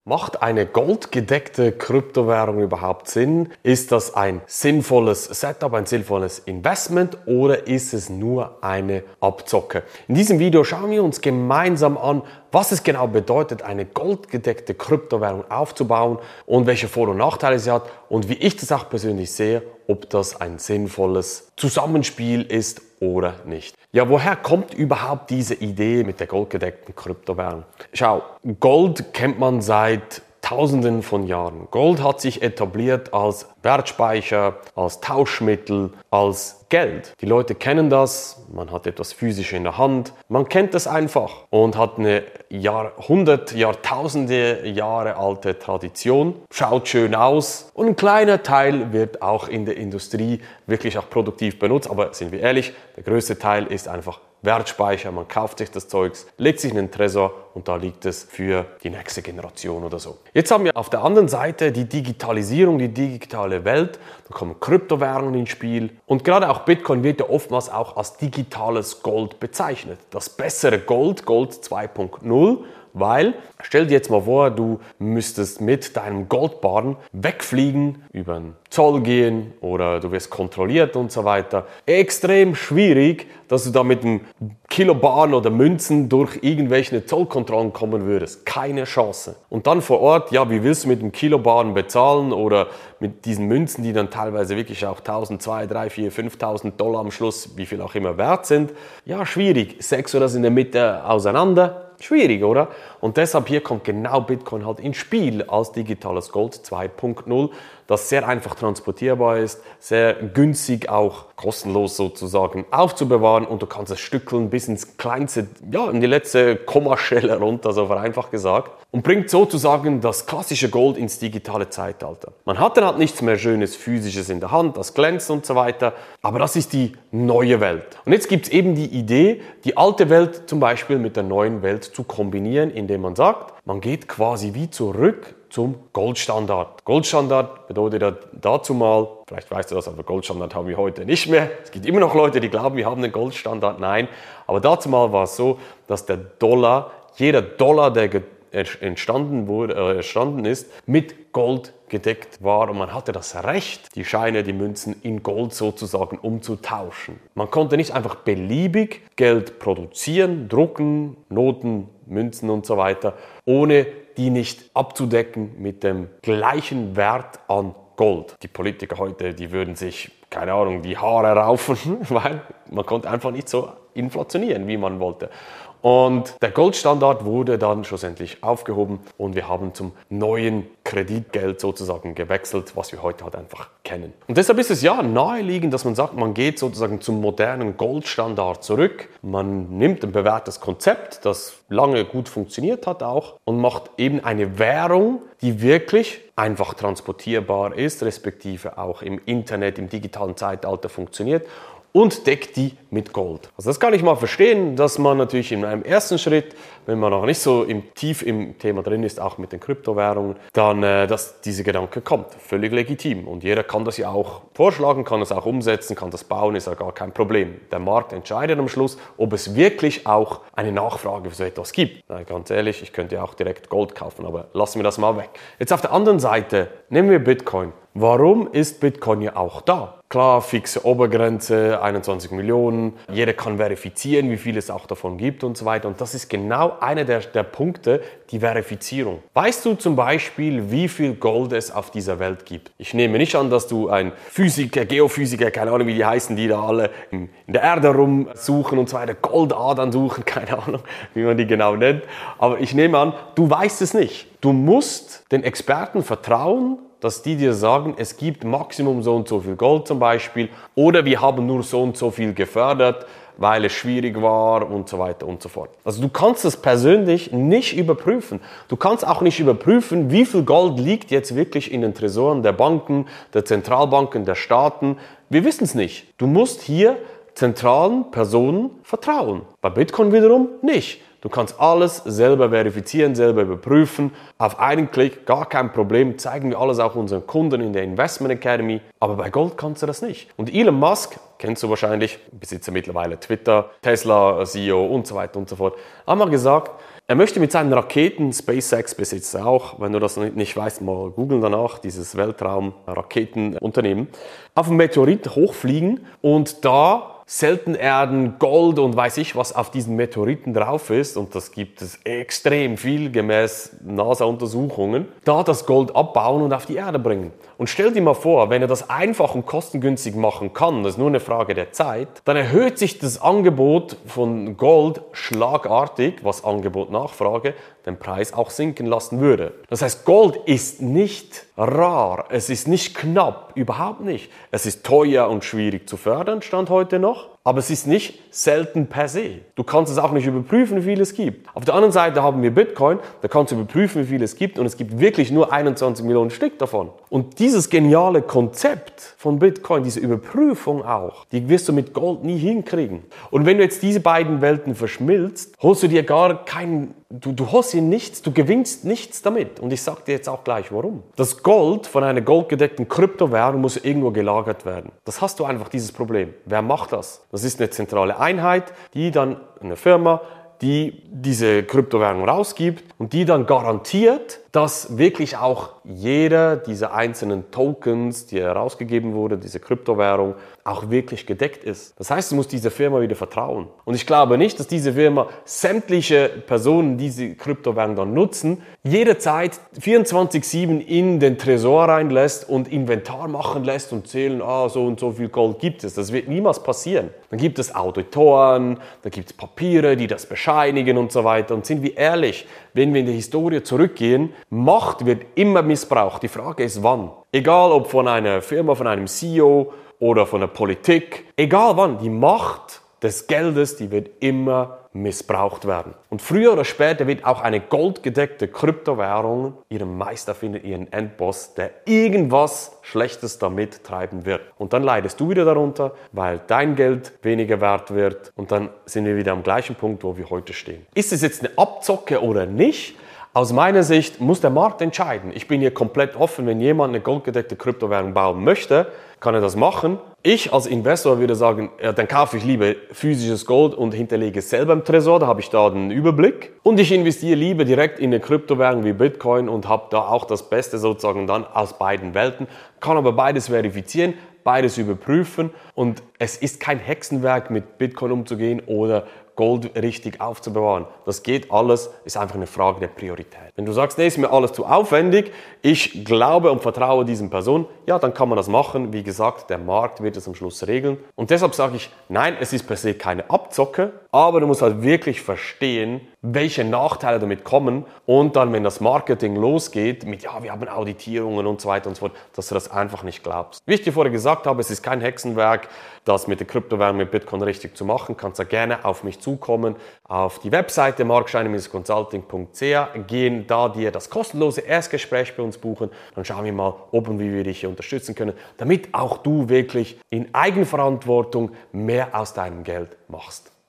Macht eine goldgedeckte Kryptowährung überhaupt Sinn? Ist das ein sinnvolles Setup, ein sinnvolles Investment oder ist es nur eine Abzocke? In diesem Video schauen wir uns gemeinsam an, was es genau bedeutet, eine goldgedeckte Kryptowährung aufzubauen und welche Vor- und Nachteile sie hat und wie ich das auch persönlich sehe, ob das ein sinnvolles Zusammenspiel ist oder nicht. Ja, woher kommt überhaupt diese Idee mit der goldgedeckten Kryptowährung? Schau, Gold kennt man seit Tausenden von Jahren. Gold hat sich etabliert als Wertspeicher, als Tauschmittel, als Geld. Die Leute kennen das, man hat etwas physisch in der Hand, man kennt das einfach und hat eine Jahrtausende Jahre alte Tradition, schaut schön aus und ein kleiner Teil wird auch in der Industrie wirklich auch produktiv benutzt, aber sind wir ehrlich, der größte Teil ist einfach Wertspeicher, man kauft sich das Zeugs, legt sich in den Tresor und da liegt es für die nächste Generation oder so. Jetzt haben wir auf der anderen Seite die Digitalisierung, die digitale Welt, da kommen Kryptowährungen ins Spiel und gerade auch Bitcoin wird ja oftmals auch als digitales Gold bezeichnet. Das bessere Gold, Gold 2.0, weil, stell dir jetzt mal vor, du müsstest mit deinem Goldbarren wegfliegen, über den Zoll gehen oder du wirst kontrolliert und so weiter. Extrem schwierig, dass du da mit einem Kilobarren oder Münzen durch irgendwelche Zollkontrollen kommen würdest. Keine Chance. Und dann vor Ort, ja, wie willst du mit einem Kilobarren bezahlen oder mit diesen Münzen, die dann teilweise wirklich auch 1.000, 2.000, 3.000, 4.000, 5.000 Dollar am Schluss, wie viel auch immer wert sind. Ja, schwierig. Sägst du das in der Mitte auseinander? Schwierig, oder? Und deshalb hier kommt genau Bitcoin halt ins Spiel als digitales Gold 2.0, das sehr einfach transportierbar ist, sehr günstig auch kostenlos sozusagen aufzubewahren und du kannst es stückeln bis ins kleinste, ja, in die letzte Kommastelle runter, so vereinfacht gesagt, und bringt sozusagen das klassische Gold ins digitale Zeitalter. Man hat dann halt nichts mehr Schönes Physisches in der Hand, das glänzt und so weiter, aber das ist die neue Welt. Und jetzt gibt es eben die Idee, die alte Welt zum Beispiel mit der neuen Welt zu kombinieren, indem man sagt, man geht quasi wie zurück zum Goldstandard. Goldstandard bedeutet ja dazu mal, vielleicht weißt du das, aber Goldstandard haben wir heute nicht mehr. Es gibt immer noch Leute, die glauben, wir haben einen Goldstandard. Nein, aber dazu mal war es so, dass der Dollar, jeder Dollar, der entstanden ist, mit Gold gedeckt war und man hatte das Recht, die Scheine, die Münzen in Gold sozusagen umzutauschen. Man konnte nicht einfach beliebig Geld produzieren, drucken, Noten, Münzen und so weiter, ohne die nicht abzudecken mit dem gleichen Wert an Gold. Die Politiker heute, die würden sich, keine Ahnung, die Haare raufen, weil man konnte einfach nicht so inflationieren, wie man wollte. Und der Goldstandard wurde dann schlussendlich aufgehoben und wir haben zum neuen Kreditgeld sozusagen gewechselt, was wir heute halt einfach kennen. Und deshalb ist es ja naheliegend, dass man sagt, man geht sozusagen zum modernen Goldstandard zurück. Man nimmt ein bewährtes Konzept, das lange gut funktioniert hat auch und macht eben eine Währung, die wirklich einfach transportierbar ist, respektive auch im Internet, im digitalen Zeitalter funktioniert. Und deckt die mit Gold. Also das kann ich mal verstehen, dass man natürlich in einem ersten Schritt, wenn man noch nicht so tief im Thema drin ist, auch mit den Kryptowährungen, dann, dass diese Gedanke kommt. Völlig legitim. Und jeder kann das ja auch vorschlagen, kann das auch umsetzen, kann das bauen, ist ja gar kein Problem. Der Markt entscheidet am Schluss, ob es wirklich auch eine Nachfrage für so etwas gibt. Na, ganz ehrlich, ich könnte ja auch direkt Gold kaufen, aber lassen wir das mal weg. Jetzt auf der anderen Seite, nehmen wir Bitcoin. Warum ist Bitcoin ja auch da? Klar, fixe Obergrenze, 21 Millionen. Jeder kann verifizieren, wie viel es auch davon gibt und so weiter. Und das ist genau einer der Punkte, die Verifizierung. Weißt du zum Beispiel, wie viel Gold es auf dieser Welt gibt? Ich nehme nicht an, dass du ein Physiker, Geophysiker, keine Ahnung, wie die heißen, die da alle in der Erde rumsuchen und so weiter, Goldadern suchen, keine Ahnung, wie man die genau nennt. Aber ich nehme an, du weißt es nicht. Du musst den Experten vertrauen, dass die dir sagen, es gibt Maximum so und so viel Gold zum Beispiel oder wir haben nur so und so viel gefördert, weil es schwierig war und so weiter und so fort. Also du kannst das persönlich nicht überprüfen. Du kannst auch nicht überprüfen, wie viel Gold liegt jetzt wirklich in den Tresoren der Banken, der Zentralbanken, der Staaten. Wir wissen es nicht. Du musst hier zentralen Personen vertrauen. Bei Bitcoin wiederum nicht. Du kannst alles selber verifizieren, selber überprüfen. Auf einen Klick, gar kein Problem, zeigen wir alles auch unseren Kunden in der Investment Academy. Aber bei Gold kannst du das nicht. Und Elon Musk, kennst du wahrscheinlich, besitzt mittlerweile Twitter, Tesla, CEO und so weiter und so fort, haben mal gesagt, Er möchte mit seinen Raketen, SpaceX besitzt er auch, wenn du das nicht weißt, mal googeln danach, dieses Weltraum-Raketenunternehmen, auf einen Meteorit hochfliegen und da Seltenerden, Gold und weiß ich, was auf diesen Meteoriten drauf ist, und das gibt es extrem viel gemäß NASA-Untersuchungen, da das Gold abbauen und auf die Erde bringen. Und stell dir mal vor, wenn er das einfach und kostengünstig machen kann, das ist nur eine Frage der Zeit, dann erhöht sich das Angebot von Gold schlagartig, was Angebot-Nachfrage den Preis auch sinken lassen würde. Das heißt, Gold ist nicht rar, es ist nicht knapp, überhaupt nicht. Es ist teuer und schwierig zu fördern, Stand heute noch, aber es ist nicht selten per se. Du kannst es auch nicht überprüfen, wie viel es gibt. Auf der anderen Seite haben wir Bitcoin, da kannst du überprüfen, wie viel es gibt, und es gibt wirklich nur 21 Millionen Stück davon. Und dieses geniale Konzept von Bitcoin, diese Überprüfung auch, die wirst du mit Gold nie hinkriegen. Und wenn du jetzt diese beiden Welten verschmilzt, holst du dir gar keinen, du holst dir nichts, du gewinnst nichts damit. Und ich sage dir jetzt auch gleich, warum. Das Gold von einer goldgedeckten Kryptowährung muss irgendwo gelagert werden. Das hast du einfach, dieses Problem. Wer macht das? Das ist eine zentrale Einheit, die dann eine Firma, die diese Kryptowährung rausgibt und die dann garantiert, dass wirklich auch jeder dieser einzelnen Tokens, die herausgegeben wurde, diese Kryptowährung, auch wirklich gedeckt ist. Das heißt, du musst dieser Firma wieder vertrauen. Und ich glaube nicht, dass diese Firma sämtliche Personen, die diese Kryptowährung dann nutzen, jederzeit 24/7 in den Tresor reinlässt und Inventar machen lässt und zählen, so und so viel Gold gibt es. Das wird niemals passieren. Dann gibt es Auditoren, dann gibt es Papiere, die das bescheinigen und so weiter. Und sind wir ehrlich, wenn wir in die Historie zurückgehen, Macht wird immer missbraucht. Die Frage ist, wann. Egal ob von einer Firma, von einem CEO oder von der Politik, egal wann, die Macht des Geldes, die wird immer missbraucht werden. Und früher oder später wird auch eine goldgedeckte Kryptowährung ihren Meister finden, ihren Endboss, der irgendwas Schlechtes damit treiben wird. Und dann leidest du wieder darunter, weil dein Geld weniger wert wird, und dann sind wir wieder am gleichen Punkt, wo wir heute stehen. Ist es jetzt eine Abzocke oder nicht? Aus meiner Sicht muss der Markt entscheiden. Ich bin hier komplett offen. Wenn jemand eine goldgedeckte Kryptowährung bauen möchte, kann er das machen. Ich als Investor würde sagen, ja, dann kaufe ich lieber physisches Gold und hinterlege es selber im Tresor, da habe ich da den Überblick. Und ich investiere lieber direkt in eine Kryptowährung wie Bitcoin und habe da auch das Beste sozusagen dann aus beiden Welten, kann aber beides verifizieren, beides überprüfen, und es ist kein Hexenwerk, mit Bitcoin umzugehen oder Gold richtig aufzubewahren. Das geht alles, ist einfach eine Frage der Priorität. Wenn du sagst, nee, ist mir alles zu aufwendig, ich glaube und vertraue diesen Personen, ja, dann kann man das machen. Wie gesagt, der Markt wird es am Schluss regeln. Und deshalb sage ich, nein, es ist per se keine Abzocke, aber du musst halt wirklich verstehen, welche Nachteile damit kommen, und dann, wenn das Marketing losgeht mit, ja, wir haben Auditierungen und so weiter und so fort, dass du das einfach nicht glaubst. Wie ich dir vorher gesagt habe, es ist kein Hexenwerk, das mit der Kryptowährung, mit Bitcoin richtig zu machen. Kannst da gerne auf mich zukommen, auf die Webseite markscheiner-consulting.ch gehen, da dir das kostenlose Erstgespräch bei uns buchen, dann schauen wir mal, ob und wie wir dich hier unterstützen können, damit auch du wirklich in Eigenverantwortung mehr aus deinem Geld machst.